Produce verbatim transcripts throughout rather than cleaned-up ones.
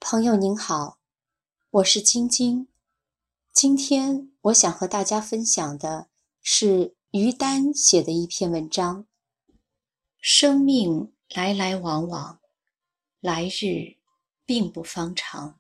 朋友您好，我是晶晶。今天我想和大家分享的是于丹写的一篇文章。生命来来往往，来日并不方长。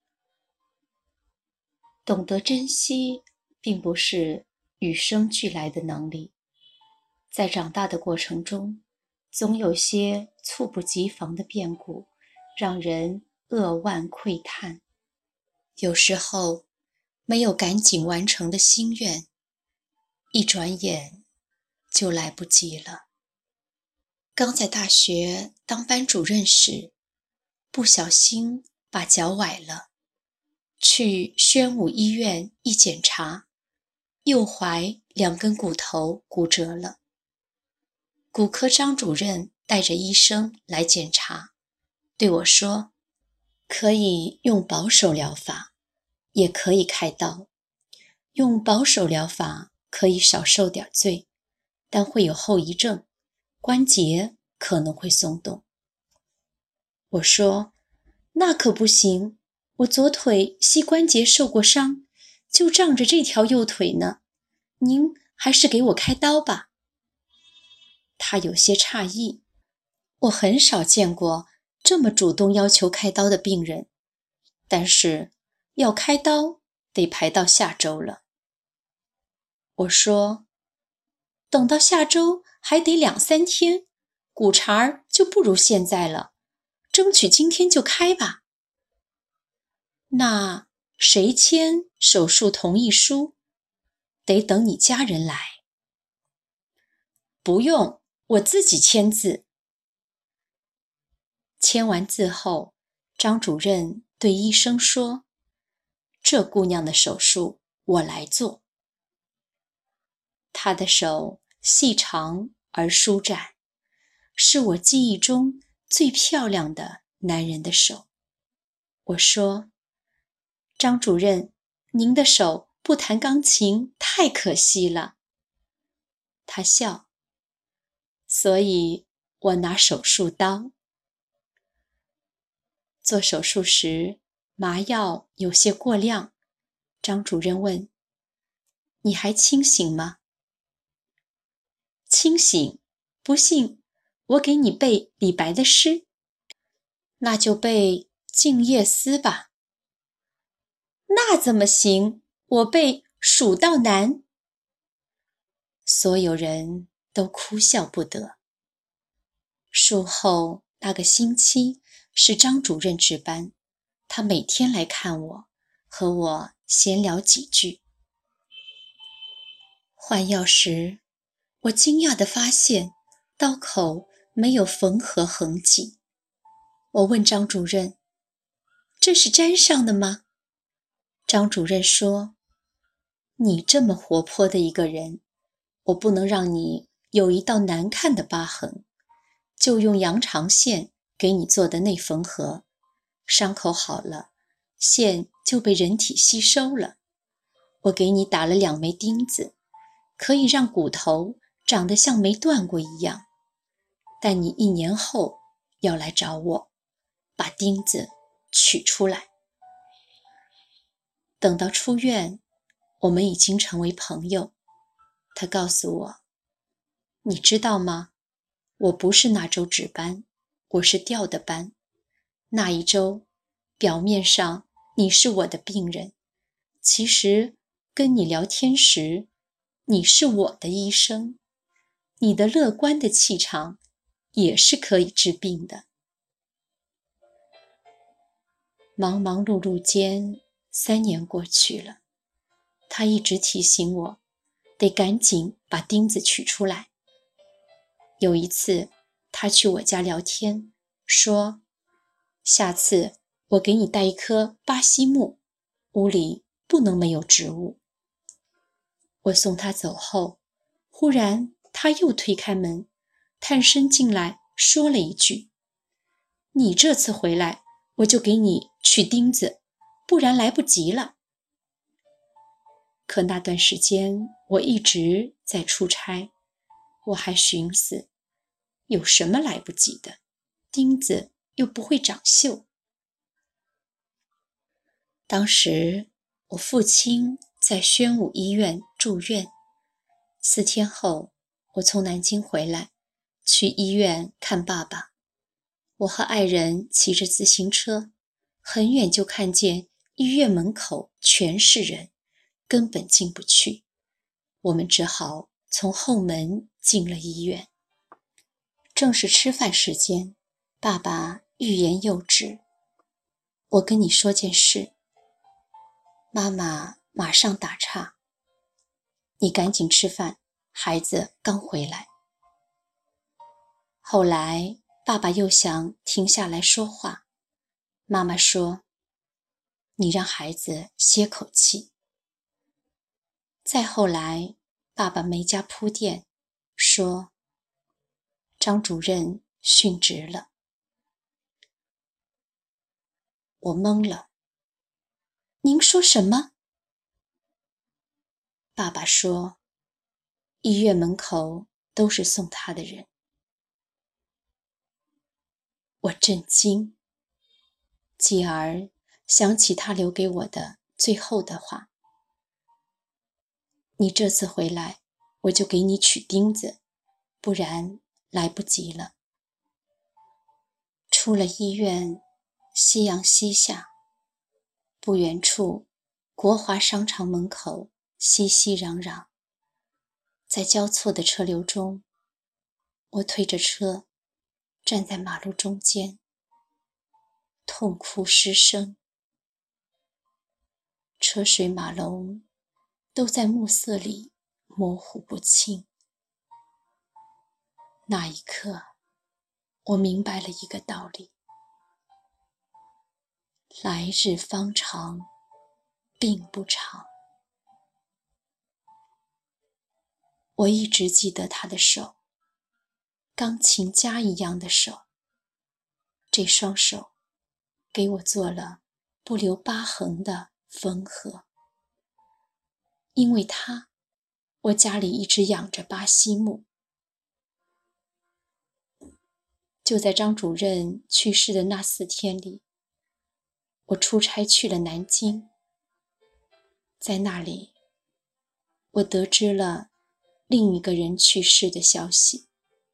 懂得珍惜，并不是与生俱来的能力，在长大的过程中，总有些猝不及防的变故，让人扼腕喟叹。有时候，没有赶紧完成的心愿，一转眼就来不及了。刚在大学当班主任时，不小心把脚崴了，去宣武医院一检查，右踝两根骨头骨折了。骨科张主任带着医生来检查，对我说，可以用保守疗法，也可以开刀。用保守疗法可以少受点罪，但会有后遗症，关节可能会松动。我说，那可不行，我左腿膝关节受过伤，就仗着这条右腿呢，您还是给我开刀吧。他有些诧异，我很少见过这么主动要求开刀的病人，但是要开刀得排到下周了。我说，等到下周还得两三天，骨茬儿就不如现在了，争取今天就开吧。那谁签手术同意书？得等你家人来。不用，我自己签字。签完字后，张主任对医生说，这姑娘的手术我来做。她的手细长而舒展，是我记忆中最漂亮的男人的手。我说，张主任，您的手不弹钢琴太可惜了。他笑，所以我拿手术刀。做手术时，麻药有些过量。张主任问，你还清醒吗？清醒，不信我给你背李白的诗。那就背静夜思吧。那怎么行？我背蜀道难。所有人都哭笑不得。术后那个星期是张主任值班，他每天来看我，和我闲聊几句。换药时，我惊讶地发现刀口没有缝合痕迹。我问张主任，这是粘上的吗？张主任说，你这么活泼的一个人，我不能让你有一道难看的疤痕，就用羊肠线给你做的内缝合，伤口好了，线就被人体吸收了。我给你打了两枚钉子，可以让骨头长得像没断过一样，但你一年后要来找我，把钉子取出来。等到出院，我们已经成为朋友。他告诉我，你知道吗？我不是那周值班，我是调的班。那一周，表面上你是我的病人，其实跟你聊天时，你是我的医生。你的乐观的气场也是可以治病的。忙忙碌碌间，三年过去了，他一直提醒我，得赶紧把钉子取出来。有一次，他去我家聊天，说，下次我给你带一棵巴西木，屋里不能没有植物。我送他走后，忽然他又推开门，探身进来说了一句，你这次回来，我就给你取钉子，不然来不及了。可那段时间我一直在出差，我还寻思，有什么来不及的？钉子又不会长锈。 当时我父亲在宣武医院住院，四天后我从南京回来，去医院看爸爸。我和爱人骑着自行车，很远就看见医院门口全是人，根本进不去。我们只好从后门进了医院。正是吃饭时间，爸爸欲言又止。我跟你说件事。妈妈马上打岔，你赶紧吃饭，孩子刚回来。后来爸爸又想停下来说话，妈妈说，你让孩子歇口气。再后来爸爸没加铺垫，说张主任殉职了。我懵了，您说什么？爸爸说，医院门口都是送他的人。我震惊，继而想起他留给我的最后的话，你这次回来，我就给你取钉子，不然来不及了。出了医院，夕阳西下，不远处国华商场门口熙熙攘攘，在交错的车流中，我推着车站在马路中间，痛哭失声。车水马龙都在暮色里模糊不清。那一刻，我明白了一个道理：来日方长，并不长。我一直记得他的手，钢琴家一样的手。这双手给我做了不留疤痕的缝合。因为他，我家里一直养着巴西木。就在张主任去世的那四天里，我出差去了南京。在那里，我得知了另一个人去世的消息。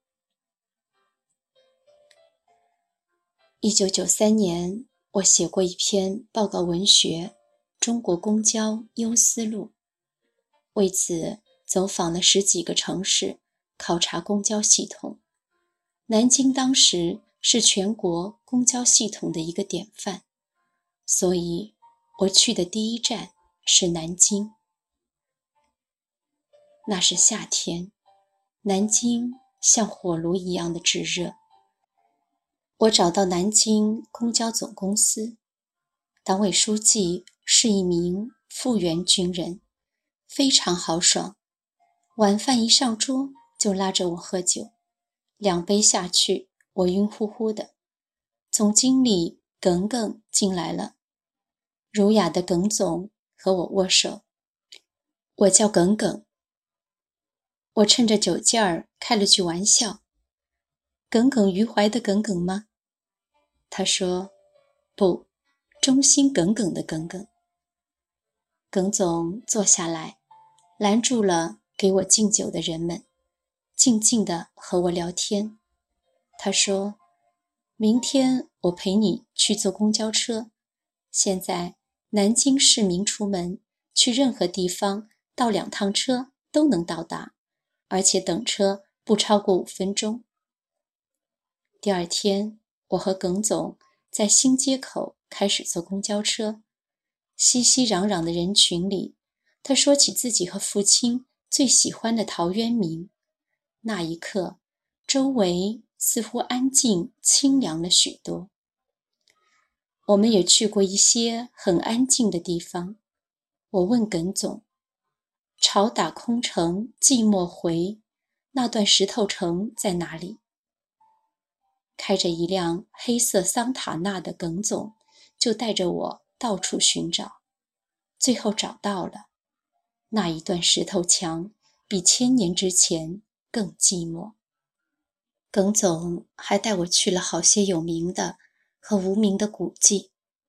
一九九三年，我写过一篇报告文学《中国公交优思路》，为此走访了十几个城市，考察公交系统。南京当时是全国公交系统的一个典范，所以我去的第一站是南京。那是夏天，南京像火炉一样的炙热。我找到南京公交总公司，党委书记是一名复员军人，非常豪爽。晚饭一上桌就拉着我喝酒，两杯下去，我晕乎乎的。总经理耿耿进来了，儒雅的耿总和我握手。我叫耿耿。我趁着酒劲儿开了句玩笑，耿耿于怀的耿耿吗？他说，不，忠心耿耿的耿耿。耿总坐下来，拦住了给我敬酒的人们，静静地和我聊天。他说，明天我陪你去坐公交车。现在南京市民出门去任何地方倒两趟车都能到达，而且等车不超过五分钟。第二天，我和耿总在新街口开始坐公交车。熙熙攘攘的人群里，他说起自己和父亲最喜欢的陶渊明。那一刻，周围似乎安静清凉了许多。我们也去过一些很安静的地方。我问耿总，潮打空城寂寞回，那段石头城在哪里？开着一辆黑色桑塔纳的耿总就带着我到处寻找，最后找到了。那一段石头墙比千年之前更寂寞。耿总还带我去了好些有名的和无名的古迹。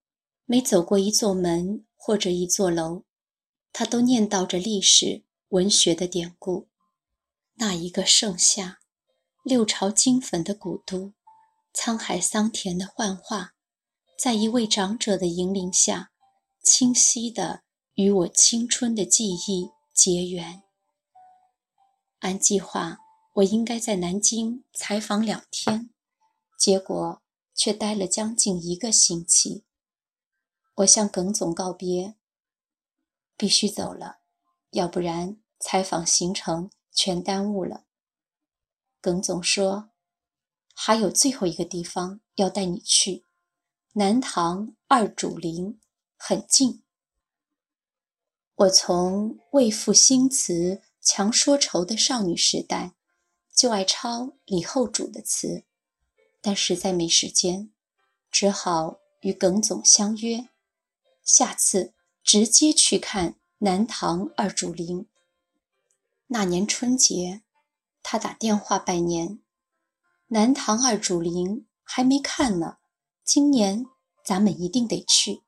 每走过一座门或者一座楼，他都念叨着历史、文学的典故。那一个盛夏，六朝金粉的古都，沧海桑田的幻化，在一位长者的引领下，清晰地与我青春的记忆结缘。按计划，我应该在南京采访两天，结果却待了将近一个星期。我向耿总告别，必须走了，要不然采访行程全耽误了。耿总说，还有最后一个地方要带你去，南唐二主陵，很近。我从为赋新词强说愁的少女时代就爱抄李后主的词，但实在没时间，只好与耿总相约，下次直接去看南唐二主陵。那年春节，他打电话拜年，南唐二主陵还没看呢，今年咱们一定得去。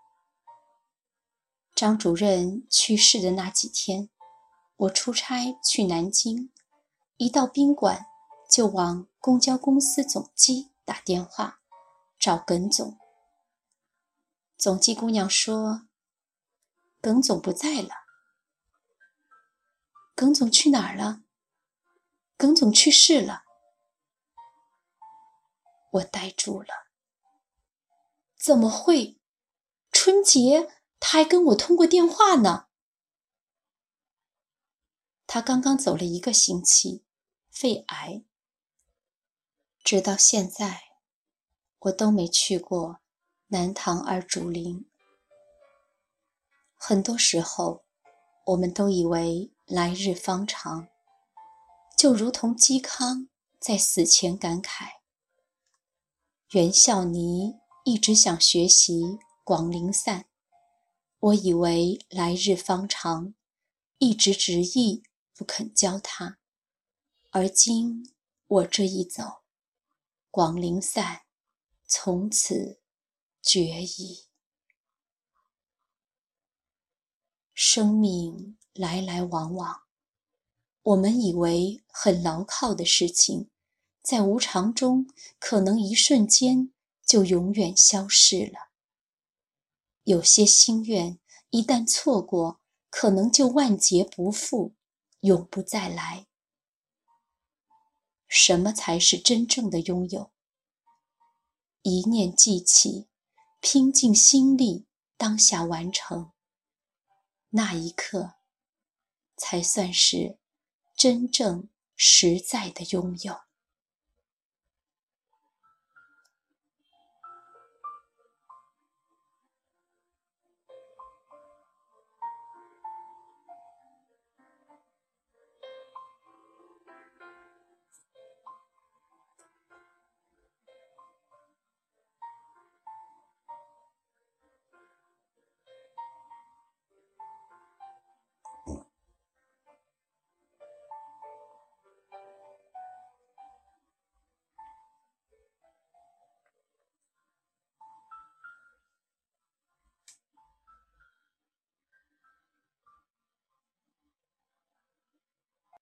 张主任去世的那几天，我出差去南京，一到宾馆就往公交公司总机打电话找耿总。总机姑娘说，耿总不在了。耿总去哪儿了？耿总去世了。我呆住了。怎么会？春节他还跟我通过电话呢。他刚刚走了一个星期，肺癌。直到现在，我都没去过南唐二主陵。很多时候，我们都以为来日方长，就如同嵇康在死前感慨，袁孝尼一直想学习广陵散，我以为来日方长，一直执意不肯教他，而今我这一走，广陵散从此绝矣。生命来来往往，我们以为很牢靠的事情，在无常中可能一瞬间就永远消逝了。有些心愿一旦错过，可能就万劫不复，永不再来。什么才是真正的拥有？一念记起，拼尽心力，当下完成，那一刻才算是真正实在的拥有。